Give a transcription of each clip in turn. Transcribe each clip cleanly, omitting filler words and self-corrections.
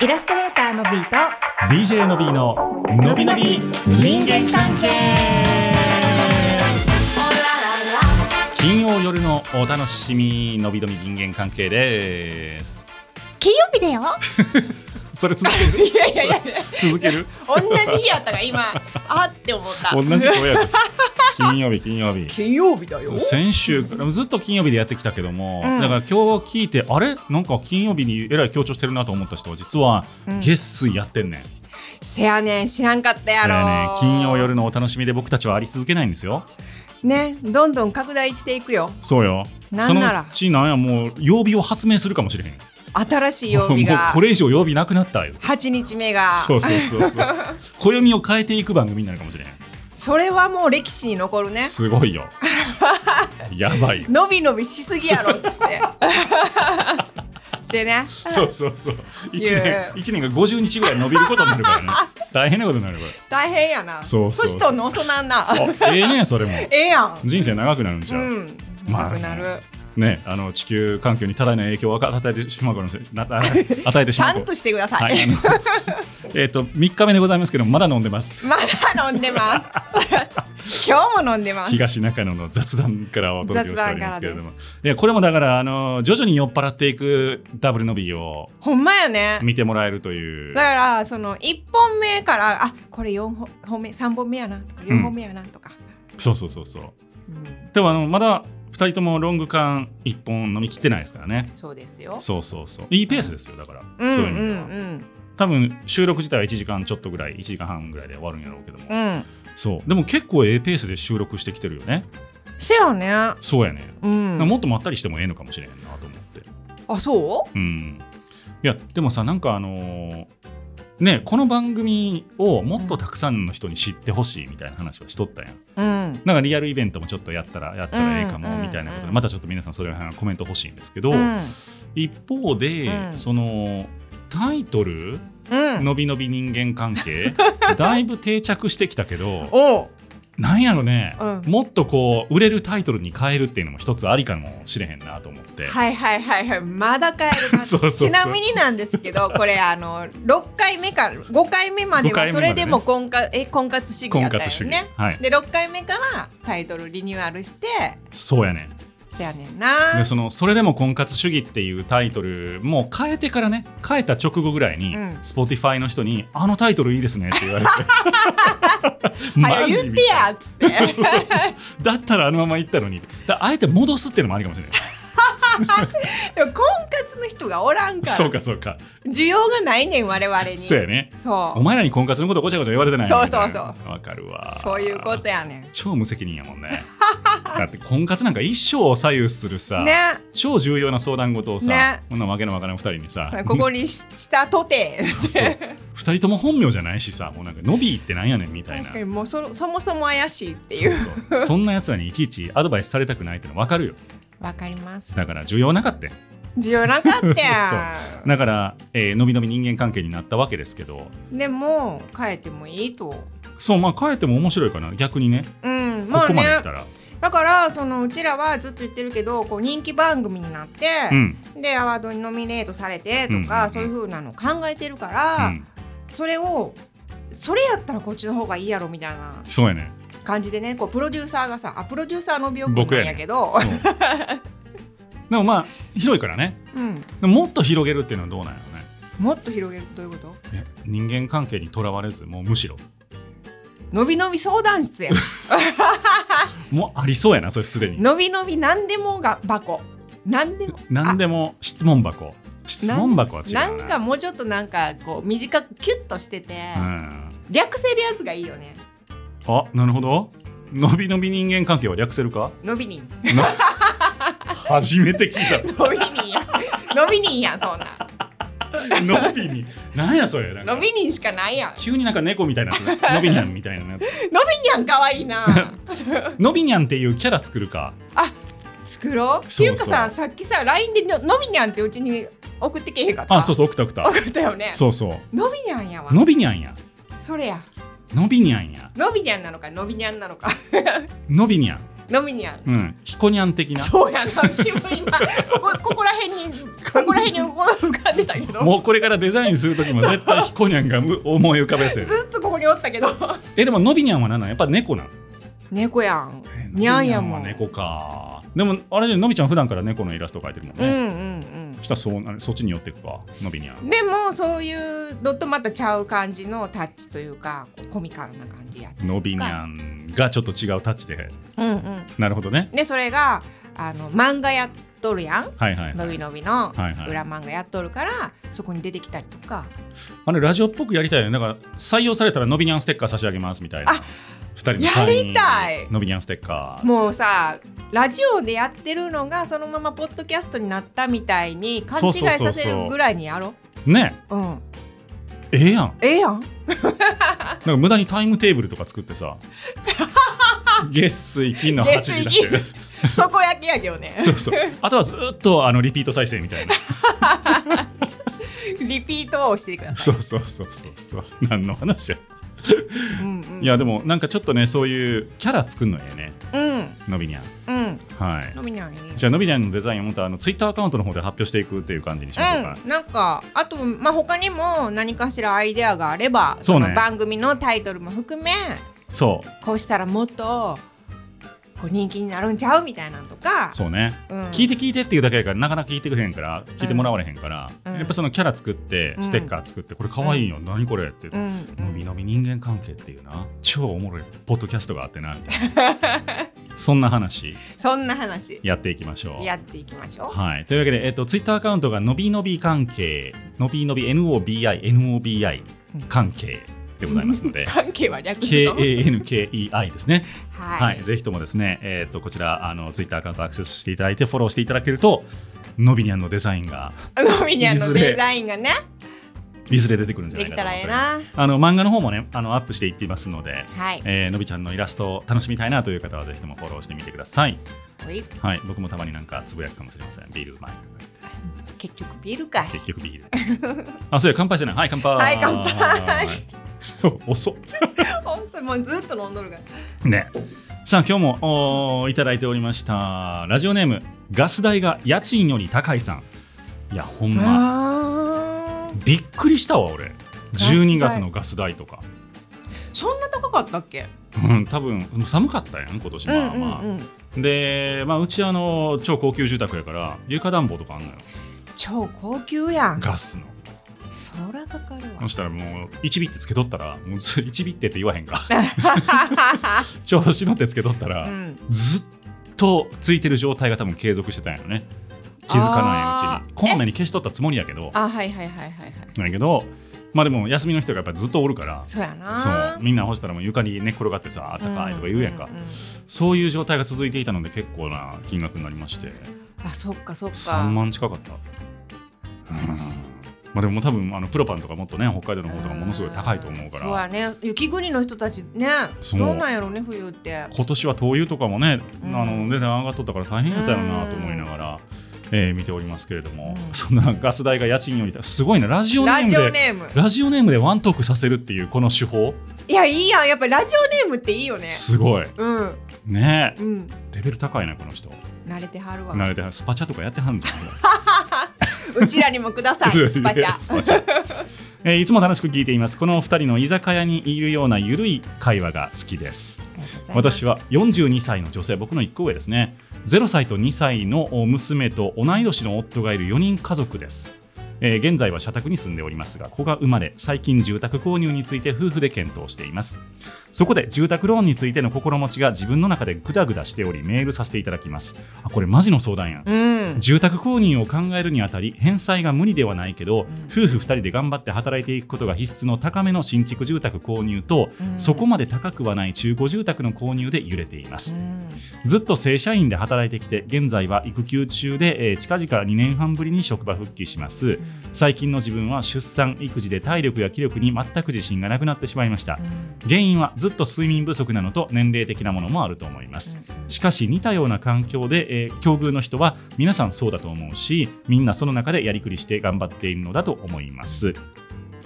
イラストレーターの B と DJ の B ののびのび人間関係。金曜夜のお楽しみ、のびのび人間関係です。 金曜日だよそれ続けるいや続ける同じ日やったから今あって思った同じ声やった金曜日金曜日だよ。 先週ずっと金曜日でやってきたけども、だから今日聞いてあれなんか金曜日にえらい強調してるなと思った人は実は月水やってんねん、 せやねん、知らんかったやろ。 ね、金曜夜のお楽しみで僕たちはあり続けないんですよね。どんどん拡大していくよ。 そうよ。 なんならそのうちなんやもう曜日を発明するかもしれへん。 新しい曜日がもうこれ以上曜日なくなったよ。 8日目がそう暦を変えていく番組になるかもしれへん。 それはもう歴史に残るね。 すごいよやばいよ。 のびのびしすぎやろっつってでね、 そう1年が50日ぐらい伸びることになるからね大変なことになるから。 大変やな。年とんの遅なんな。 ねそれもやん。 人生長くなるんちゃう、 長くなるね、地球環境に多大な影響を与えてしまうかもしれない与えてしまうちゃんとしてください、 3日目でございますけどまだ飲んでます。 まだ飲んでます今日も飲んでます。 東中野の雑談からお届けをしておりますけれども、いやこれもだから徐々に酔っ払っていくダブルの B をほんまやね見てもらえるという。だからその1本目からこれ4本目3本目やなとか4本目やなとか、 そう、でもまだ2人ともロング缶1本飲み切ってないですからね。 そうですよ。 そういいペースですよ。だから、そういう意味では、多分収録自体は1時間ちょっとぐらい1時間半ぐらいで終わるんやろうけども、そうでも結構ペースで収録してきてるよね。 せやね。 そうやね、もっとまったりしてもええのかもしれへんなと思って。 あ、そう？ いやでもさ、なんかね、この番組をもっとたくさんの人に知ってほしいみたいな話はしとったやん、なんかリアルイベントもちょっとやったらええかもみたいなことで、またちょっと皆さんそれはコメント欲しいんですけど、一方で、そのタイトル、のびのび人間関係だいぶ定着してきたけどなんやろね、もっとこう売れるタイトルに変えるっていうのも一つありかもしれへんなと思って。 はいまだ変えるなちなみになんですけどこれ6回目から5回目まではそれでも婚活主義やったよね、で6回目からタイトルリニューアルして。 そうやね。 そやねんな。 でそれでも婚活主義っていうタイトルもう変えてからね、変えた直後ぐらいに、Spotify の人にあのタイトルいいですねって言われて早言ってやっつってだったらあのまま言ったのに、あえて戻すっていうのもありかもしれないでも婚活の人がおらんから。 そうか需要がないねん我々に。 そうやね。 そう、 お前らに婚活のことごちゃごちゃ言われてない。 そうわかるわ。 そういうことやねん。 超無責任やもんねだって婚活なんか一生を左右するさ、超重要な相談事をさ、こんなわけのわからん2人にさここにしたとてそう2人とも本名じゃないしさ、もうなんかノビーってなんやねんみたいな。 確かにもうそもそも怪しいっていう。 そんなやつらにいちいちアドバイスされたくないっての分かるよ。 わかります。 だから需要なかった需要なかったそうだから、のびのび人間関係になったわけですけど、 でも変えてもいいと。 そう、変えても面白いかな逆にね、ここまで来たら。 だからうちらはずっと言ってるけどこう人気番組になって、でアワードにノミネートされてとか、そういう風なの考えてるから、それやったらこっちの方がいいやろみたいな。 そうやね。 感じでね、こうプロデューサーがさ、プロデューサーの病気なんやけど、 でも広いからね、もっと広げるっていうのはどうなんやろね。 もっと広げるどういうこと？ 人間関係にとらわれず、もうむしろのびのび相談室やもうありそうやな、それすでに。 のびのび何でもが箱、何でも質問箱は違うな。 なんかもうちょっとなんかこう短くキュッとしてて、略せるやつがいいよね。 あ、なるほど。のびのび人間関係は略せるか。 のびにん初めて聞いた。 のびにんやのびにんやそんなのびになんやそれ。 のびにんしかないやん。 急になんか猫みたいなのびにゃんみたいなのびにゃんかわいいなのびにゃんっていうキャラ作るか。 作ろう。っていうかさっきさ LINE でのびにゃんってうちに送ってけへんかった。 そう送ったよね。 そうのびにゃんやわ。 のびにゃんや。 それや。 のびにゃんや。 のびにゃんなのかのびにゃんなのかのびにゃん。 のびにゃん、 ひこにゃん的な。 そうやな、自分今ここら辺に浮かんでたけど、 もうこれからデザインするときも絶対ひこにゃんが思い浮かぶやつやで。 ずっとここにおったけどでものびにゃんは何なん？やっぱ猫なん？ 猫やん、にゃんやもん。 猫か。でもあれね、のびちゃん普段から猫のイラスト描いてるもんね。したらそっちに寄っていくか、のびにゃん。 でもそういうのとまたちゃう感じのタッチというか、コミカルな感じやった。 のびにゃんがちょっと違うタッチで、なるほどね。 でそれが漫画やっとるやん、のびのびの裏漫画やっとるから、そこに出てきたりとか。 あれラジオっぽくやりたいよね。なんか採用されたらのびにゃんステッカー差し上げますみたいな。2人のサイン、 やりたい。 のびにゃんステッカー。 もうさ、ラジオでやってるのがそのままポッドキャストになったみたいに勘違いさせるぐらいにやろう。 ね。ええやん。 なんか無駄にタイムテーブルとか作ってさ月水金の8時だけそこ焼きやけどね。 そうあとはずっとリピート再生みたいなリピートをしてください。 そう何の話やいやでもなんかちょっとね、そういうキャラ作るのええね、のびにゃん。のびにゃん、じゃあのびにゃんのデザインをもっとツイッターアカウントの方で発表していくっていう感じにしましょうか。 なんかあと、他にも何かしらアイデアがあれば、その番組のタイトルも含め、こうしたらもっとこう人気になるんちゃうみたいなのとか。 そうね、聞いてっていうだけやからなかなか聞いてくれへんから、聞いてもらわれへんから、やっぱそのキャラ作ってステッカー作って、これかわいいよ、何これって言って、のびのび人間関係っていうな超おもろいポッドキャストがあってなそんな話やっていきましょう。はい、というわけで、ツイッターアカウントがのびのび関係、のびのび NOBI 関係でございますので関係は略すの KANKEI ですね。はい、ぜひともですね、こちらツイッターアカウントアクセスしていただいてフォローしていただけると、のびにゃんのデザインがねいずれ出てくるんじゃないかと思います。漫画の方もねアップしていっていますので、のびちゃんのイラストを楽しみたいなという方はぜひともフォローしてみてください。はい、僕もたまになんかつぶやくかもしれません。ビールうまいとか言って。 結局ビールかい。 結局ビール。そうや、乾杯してない。はい、乾杯。 はい、乾杯。 遅っ。 もうずっと飲んどるからね。さあ今日もいただいておりました。ラジオネームガス代が家賃より高いさん。いやほんまびっくりしたわ俺。12月のガス代とかそんな高かったっけ？ 多分寒かったやん今年。で、うち超高級住宅やから床暖房とかあんのよ。 超高級やん。 ガスのそらかかるわ。 そしたらもう1ビッテつけとったら、もう1ビッテって言わへんか調子乗ってつけとったら、ずっとついてる状態が多分継続してたんやろね。気づかないうちにこまめに消しとったつもりやけど、だけどでも休みの人がやっぱりずっとおるから、 そうやな。 そうみんな干したらもう床に寝っ転がってさ、あったかいとか言うやんか。そういう状態が続いていたので結構な金額になりまして、 そっか 3万近かった。でも多分プロパンとかもっとね、北海道の方とかものすごい高いと思うから。 そうやね、雪国の人たちね、どうなんやろうね冬って。 今年は灯油とかもね、値段上がっとったから大変やったよなと思いながら見ておりますけれども、そんなガス代が家賃よりすごいな。ラジオネームでワントークさせるっていうこの手法。いや、 いいやん。やっぱりラジオネームっていいよね。 すごいね。レベル高いなこの人。 慣れてはるわ。 スパチャとかやってはるんじゃうちらにもくださいスパチャ。 いつも楽しく聞いています。このお二人の居酒屋にいるようなゆるい会話が好きです。私は42歳の女性、僕の1個上ですね。0歳と2歳の娘と同い年の夫がいる4人家族です。現在は社宅に住んでおりますが、子が生まれ、最近住宅購入について夫婦で検討しています。そこで住宅ローンについての心持ちが自分の中でグダグダしており、メールさせていただきます。これマジの相談やん。住宅購入を考えるにあたり、返済が無理ではないけど、夫婦2人で頑張って働いていくことが必須の高めの新築住宅購入と、そこまで高くはない中古住宅の購入で揺れています。ずっと正社員で働いてきて、現在は育休中で、近々2年半ぶりに職場復帰します。最近の自分は出産育児で体力や気力に全く自信がなくなってしまいました。原因はずっと睡眠不足なのと年齢的なものもあると思います。しかし似たような環境で、境遇の人は皆さんそうだと思うし、みんなその中でやりくりして頑張っているのだと思います。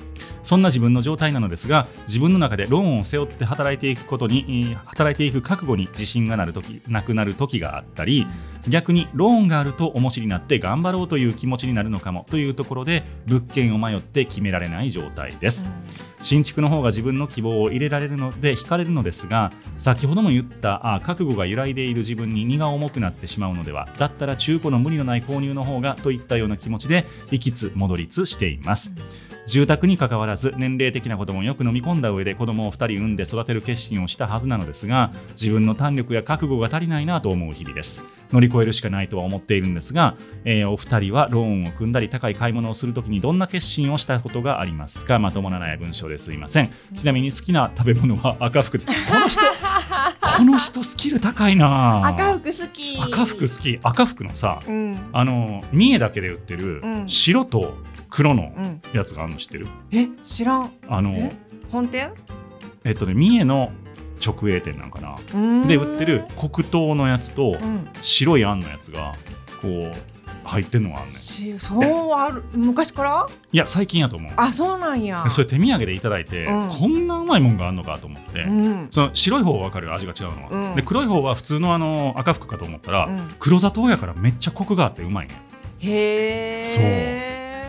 そんな自分の状態なのですが、自分の中でローンを背負って働いていく覚悟に自信がなくなる時があったり、逆にローンがあると重しになって頑張ろうという気持ちになるのかもというところで、物件を迷って決められない状態です。新築の方が自分の希望を入れられるので惹かれるのですが、先ほども言った覚悟が揺らいでいる自分に荷が重くなってしまうのでは、だったら中古の無理のない購入の方がといったような気持ちで行きつ戻りつしています。住宅に関わらず年齢的なこともよく飲み込んだ上で子供を2人産んで育てる決心をしたはずなのですが、自分の胆力や覚悟が足りないなと思う日々です。乗り越えるしかないとは思っているんですが、お二人はローンを組んだり高い買い物をするときにどんな決心をしたことがありますか？まともなない文章ですいません。ちなみに好きな食べ物は赤福です。この人スキル高いな。 赤福好き。 赤福のさ、三重だけで売ってる白と黒のやつがあるの知ってる？ 知らん。本店？ 三重の直営店なんかなで売ってる黒糖のやつと白いあんのやつがこう入ってんのがあるね。 そうある昔から？ いや最近やと思う。 あ、そうなんや。 それ手土産でいただいて、こんなうまいもんがあるのかと思って、その白い方は分かるよ、味が違うのは、で黒い方は普通の赤福かと思ったら、黒砂糖やからめっちゃコクがあってうまいね。 へー。 そう、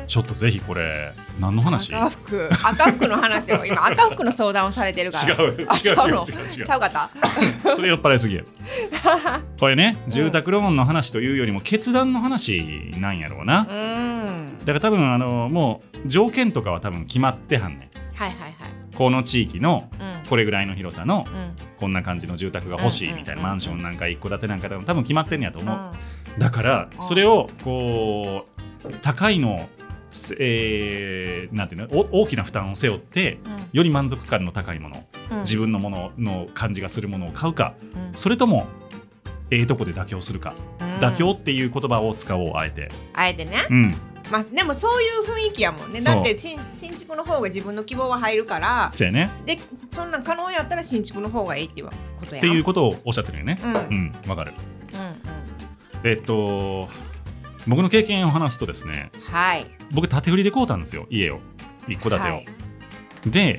ちょっとぜひこれ何の話？ 赤福の話を今赤福の相談をされてるから。違うちゃうかった。 それ酔っ払いすぎや。これね、住宅ローンの話というよりも決断の話なんやろうな。だから多分もう条件とかは多分決まってはんねん。この地域のこれぐらいの広さのこんな感じの住宅が欲しいみたいな、マンションなんか一戸建てなんか多分決まってんやと思う。だからそれをこう高いのなんていうの、大きな負担を背負って、より満足感の高いもの、自分のものの感じがするものを買うか、それともとこで妥協するか、妥協っていう言葉を使おう、あえてね、まあ、でもそういう雰囲気やもんね。だって新築の方が自分の希望は入るから、そうやね。でそんなん可能やったら新築の方がいいっていうことやんっていうことをおっしゃってるよね。わかる。僕の経験を話すとですね、僕建て売りで買うたんですよ、家を、一戸建てを。で、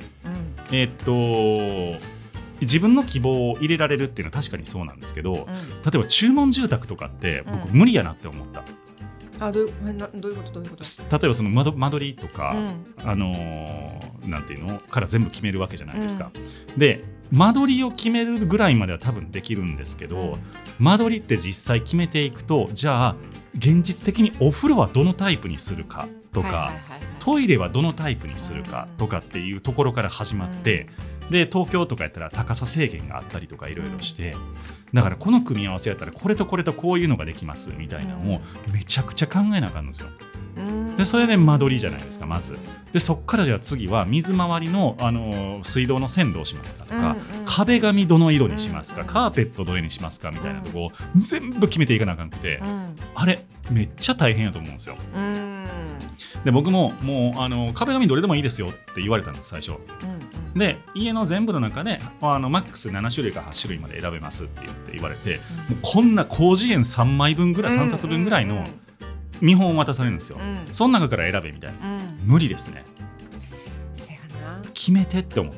自分の希望を入れられるっていうのは確かにそうなんですけど、例えば注文住宅とかって僕無理やなって思った。どういうこと？例えばその間取りとか、なんていうのから全部決めるわけじゃないですか。で間取りを決めるぐらいまでは多分できるんですけど、間取りって実際決めていくと、じゃあ現実的にお風呂はどのタイプにするかとか、トイレはどのタイプにするかとかっていうところから始まって、で東京とかやったら高さ制限があったりとかいろいろして、だからこの組み合わせやったらこれとこれとこういうのができますみたいなのをめちゃくちゃ考えなあかんんですよ。でそれで間取りじゃないですか、まず。でそっからじゃあ次は水回りの、水道の線どうしますかとか、壁紙どの色にしますか、カーペットどれにしますかみたいなとこを全部決めていかなあかんくて、あれめっちゃ大変やと思うんですよ。で僕ももう壁紙どれでもいいですよって言われたんです最初。で家の全部の中でマックス7種類か8種類まで選べますって言われて、もうこんな広辞苑3枚分ぐらい3冊分ぐらいの見本を渡されるんですよ。その中から選べみたいな、無理ですね。せやな、決めてって思った。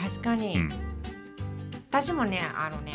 確かに、私もね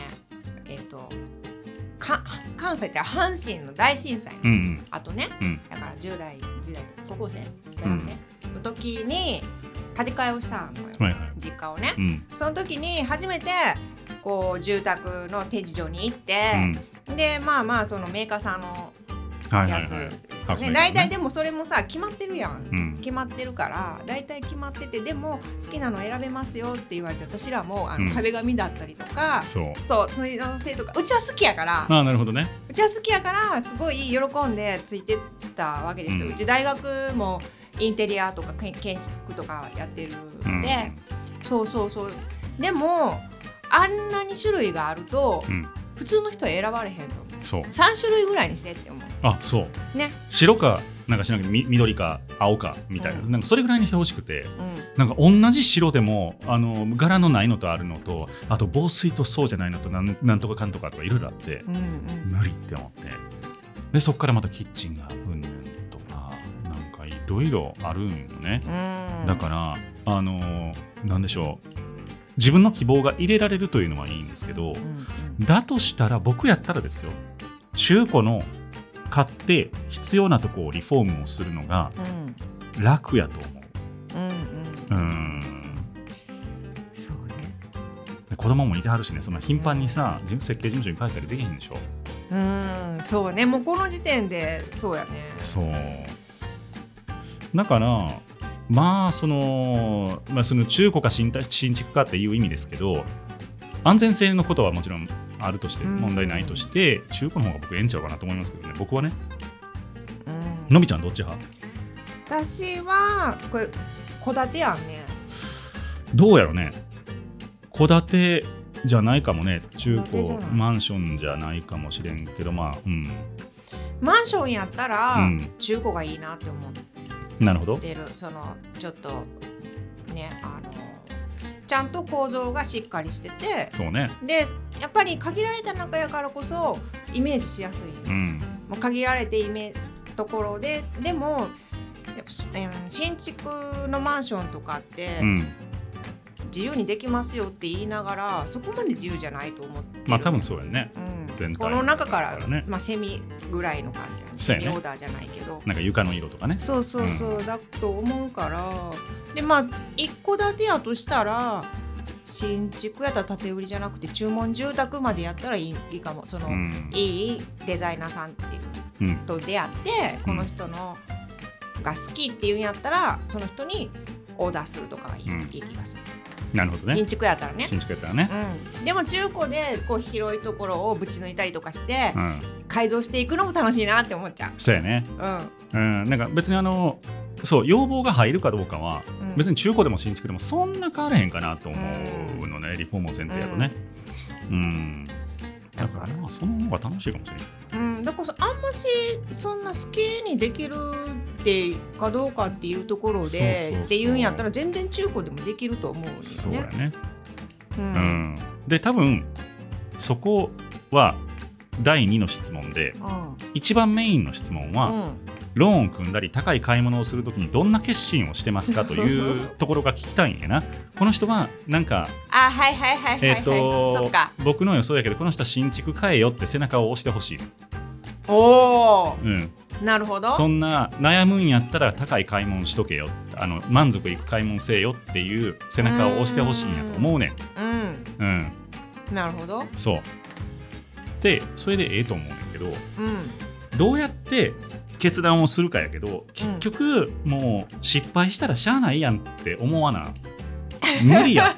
関西って阪神の大震災の、あとね、だから10代高校生大学生の時に建て替えをしたのよ、実家をね、その時に初めてこう住宅の展示場に行って、でまあそのメーカーさんのやつですよね。大体でもそれもさ決まってるやん、決まってるから大体決まってて、でも好きなの選べますよって言われて、私らも壁紙だったりとか、そう水道製とかうちは好きやから、 なるほどね、 うちは好きやからすごい喜んでついてったわけですよ。うち大学もインテリアとか建築とかやってるので、そうでもあんなに種類があると、普通の人は選ばれへんと思う。3種類ぐらいにしてって思う。 あ、そうね、白かなんかしなきゃ緑か青かみたいな、なんかそれぐらいにしてほしくて、なんか同じ白でも柄のないのとあるのと、あと防水とそうじゃないのとなんとかかんとかとかいろいろあって、無理って思って、でそっからまたキッチンがうんぬんとかなんかいろいろあるんよね。だからなんでしょう、自分の希望が入れられるというのはいいんですけど、だとしたら僕やったらですよ、中古の買って必要なとこをリフォームをするのが楽やと思う。そうね。子供もいてはるしね、その頻繁にさ、設計事務所に帰ったりできへんでしょ。 そうね、もうこの時点でそうやね。 そうだからその中古か新築かっていう意味ですけど、安全性のことはもちろんあるとして問題ないとして、中古の方が僕ええんちゃうかなと思いますけどね、僕はね。のびちゃんどっち派？ 私はこれ戸建てやんね。 どうやろね、戸建てじゃないかもね。中古マンションじゃないかもしれんけど、マンションやったら中古がいいなって思う。 なるほど。 そのちょっとね、ちゃんと構造がしっかりしてて、 そうね。 でやっぱり限られた中やからこそイメージしやすい、もう限られてところで、でもやっぱ、新築のマンションとかって、自由にできますよって言いながらそこまで自由じゃないと思ってる。 多分そうやね、 この中から、セミぐらいの感じなんです、セミオーダーじゃないけど、 なんか床の色とかね。 そう、だと思うから、で一戸建てやとしたら新築やったら建て売りじゃなくて注文住宅までやったらいいかも。いいデザイナーさんっていうと出会って、この人のが好きっていうんやったらその人にオーダーするとかがいい気がする。 なるほどね。 新築やったらね。でも中古で広いところをぶち抜いたりとかして、改造していくのも楽しいなって思っちゃう。 そうやね。なんか別にそう要望が入るかどうかは、別に中古でも新築でもそんな変わらへんかなと思うのね、リフォームを前提やとね。だからその方が楽しいかもしれない。 だからあんましそんな好きにできるってかどうかっていうところでっていうんやったら全然中古でもできると思うんだよね。 そうやね。で多分そこは第2の質問で、一番メインの質問は、ローン組んだり高い買い物をするときにどんな決心をしてますかというところが聞きたいんやな。この人はなんか僕の予想やけど、この人は新築買えよって背中を押してほしい。なるほど。そんな悩むんやったら高い買い物しとけよ、満足いく買い物せえよっていう背中を押してほしいんやと思うねん。 なるほど。 そうでそれでええと思うんだけど、どうやって決断をするかやけど、結局もう失敗したらしゃあないやんって思わな無理やって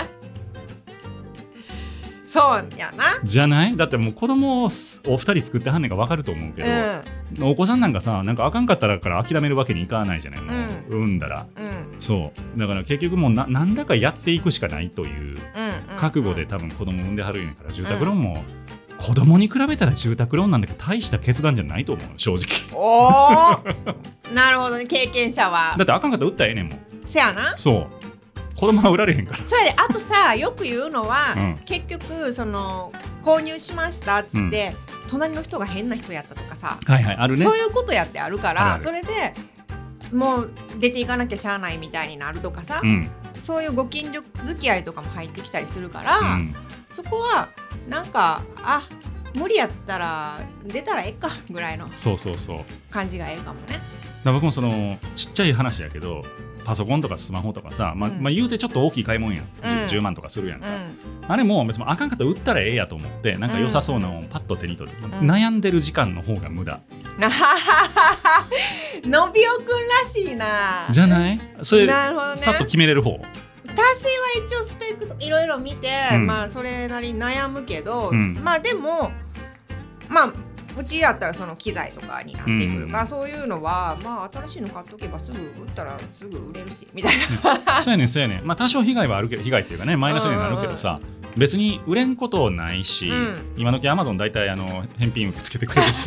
そうやな。 じゃない？だってもう子供をお二人作ってはんねんか分かると思うけど、お子さんなんかさ、なんかあかんかったらから諦めるわけにいかないじゃない、もう産んだら、そうだから結局もう何らかやっていくしかないという覚悟で多分子供産んではるんやから、住宅ローンも子供に比べたら住宅ローンなんだけど大した決断じゃないと思う、正直。 なるほどね、経験者は。 だってあかんかったら売ったらええねんもん。 せやな。 そう子供は売られへんから。 それであとさ、よく言うのは、結局その購入しましたっつって、隣の人が変な人やったとかさ、 あるね。 そういうことやってあるから、それでもう出ていかなきゃしゃあないみたいになるとかさ、そういうご近所付き合いとかも入ってきたりするから、そこはなんか無理やったら出たらええかぐらいの感じがええかもね。 僕もそのちっちゃい話やけど、パソコンとかスマホとかさ、言うてちょっと大きい買い物やん、10万とかするやんか、あれも別にあかんかったら売ったらええやと思って、なんか良さそうなのをパッと手に取る、悩んでる時間の方が無駄。 のびおくんらしいな。 じゃない？それさっと決めれる方。 私は一応スペックとかいろいろ見て、それなりに悩むけど、でもうちやったらその機材とかになってくるから、そういうのは新しいの買っとけばすぐ売ったらすぐ売れるしみたいな。そうやねん。多少被害はあるけど、被害っていうかね、マイナスになるけどさ、別に売れんことないし、今時アマゾン大体返品受け付けてくれるし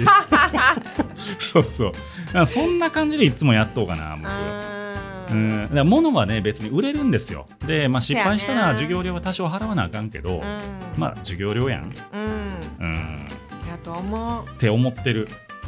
そんな感じでいつもやっとうかな、僕は。だから物はね別に売れるんですよ。で、失敗したら授業料は多少払わなあかんけど、授業料やん。やと思うって思ってる。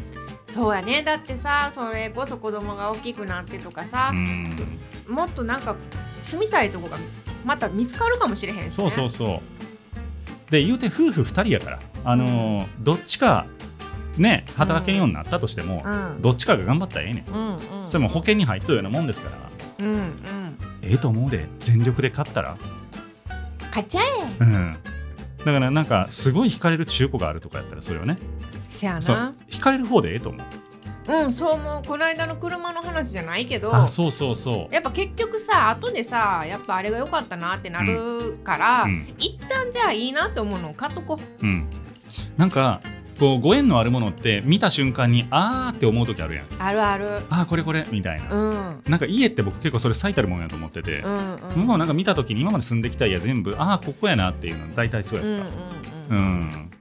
そうやね。だってさ、それこそ子供が大きくなってとかさ、もっとなんか住みたいとこがまた見つかるかもしれへんしね。 そうそうそうで言うて夫婦2人やから、どっちかね働けんようになったとしても、どっちかが頑張ったらええねん、それも保険に入っとるようなもんですから、ええと思うで、全力で勝ったら勝っちゃえ、 だからなんかすごい惹かれる中古があるとかやったらそれをね、 せやな、 惹かれる方でええと思う。 そう思う。この間の車の話じゃないけど、 そうそうそう、 やっぱ結局さ、後でさ、やっぱあれが良かったなってなるから、一旦じゃあいいなと思うのを買っとこう。 なんかこうご縁のあるものって見た瞬間にあーって思う時あるやん。 あるある。 これみたいな、なんか家って僕結構それ最たるもんやと思ってて、もうなんか見た時に今まで住んできた家全部ここやなっていうの大体そうやった。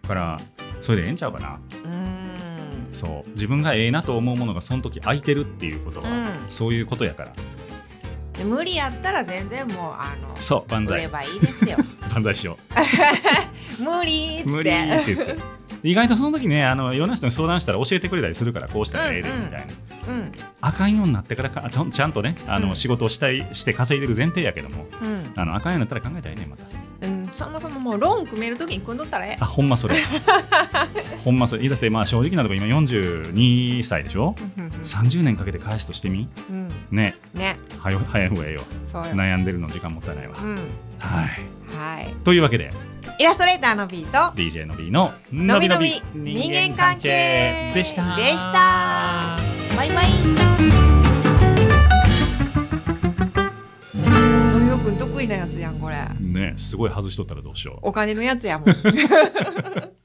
からそれでええんちゃうかな。そう自分がええなと思うものがその時空いてるっていうことは、そういうことやから。 で無理やったら全然もうそう万歳売ればいいですよ。 万歳しよう。無理っつって。 無理って言って。意外とその時ね、いろんな人に相談したら教えてくれたりするから、こうしたらええでみたいな、あかんようになってからちゃんとね仕事をして稼いでる前提やけども、あかんようになったら考えたらええねまた。 そもそももうローン組める時に組んどったらええ。 ほんまそれほんまそれだって、正直なところ今42歳でしょ、30年かけて返すとしてみ、ね早い方がええよ。悩んでるの時間もったいないわ。はいというわけで、 イラストレーターの B と DJ の B ののびのび人間関係でした。 バイバイ。のびおくん得意なやつやんこれ。 ね、すごい外しとったらどうしよう。 お金のやつやもん。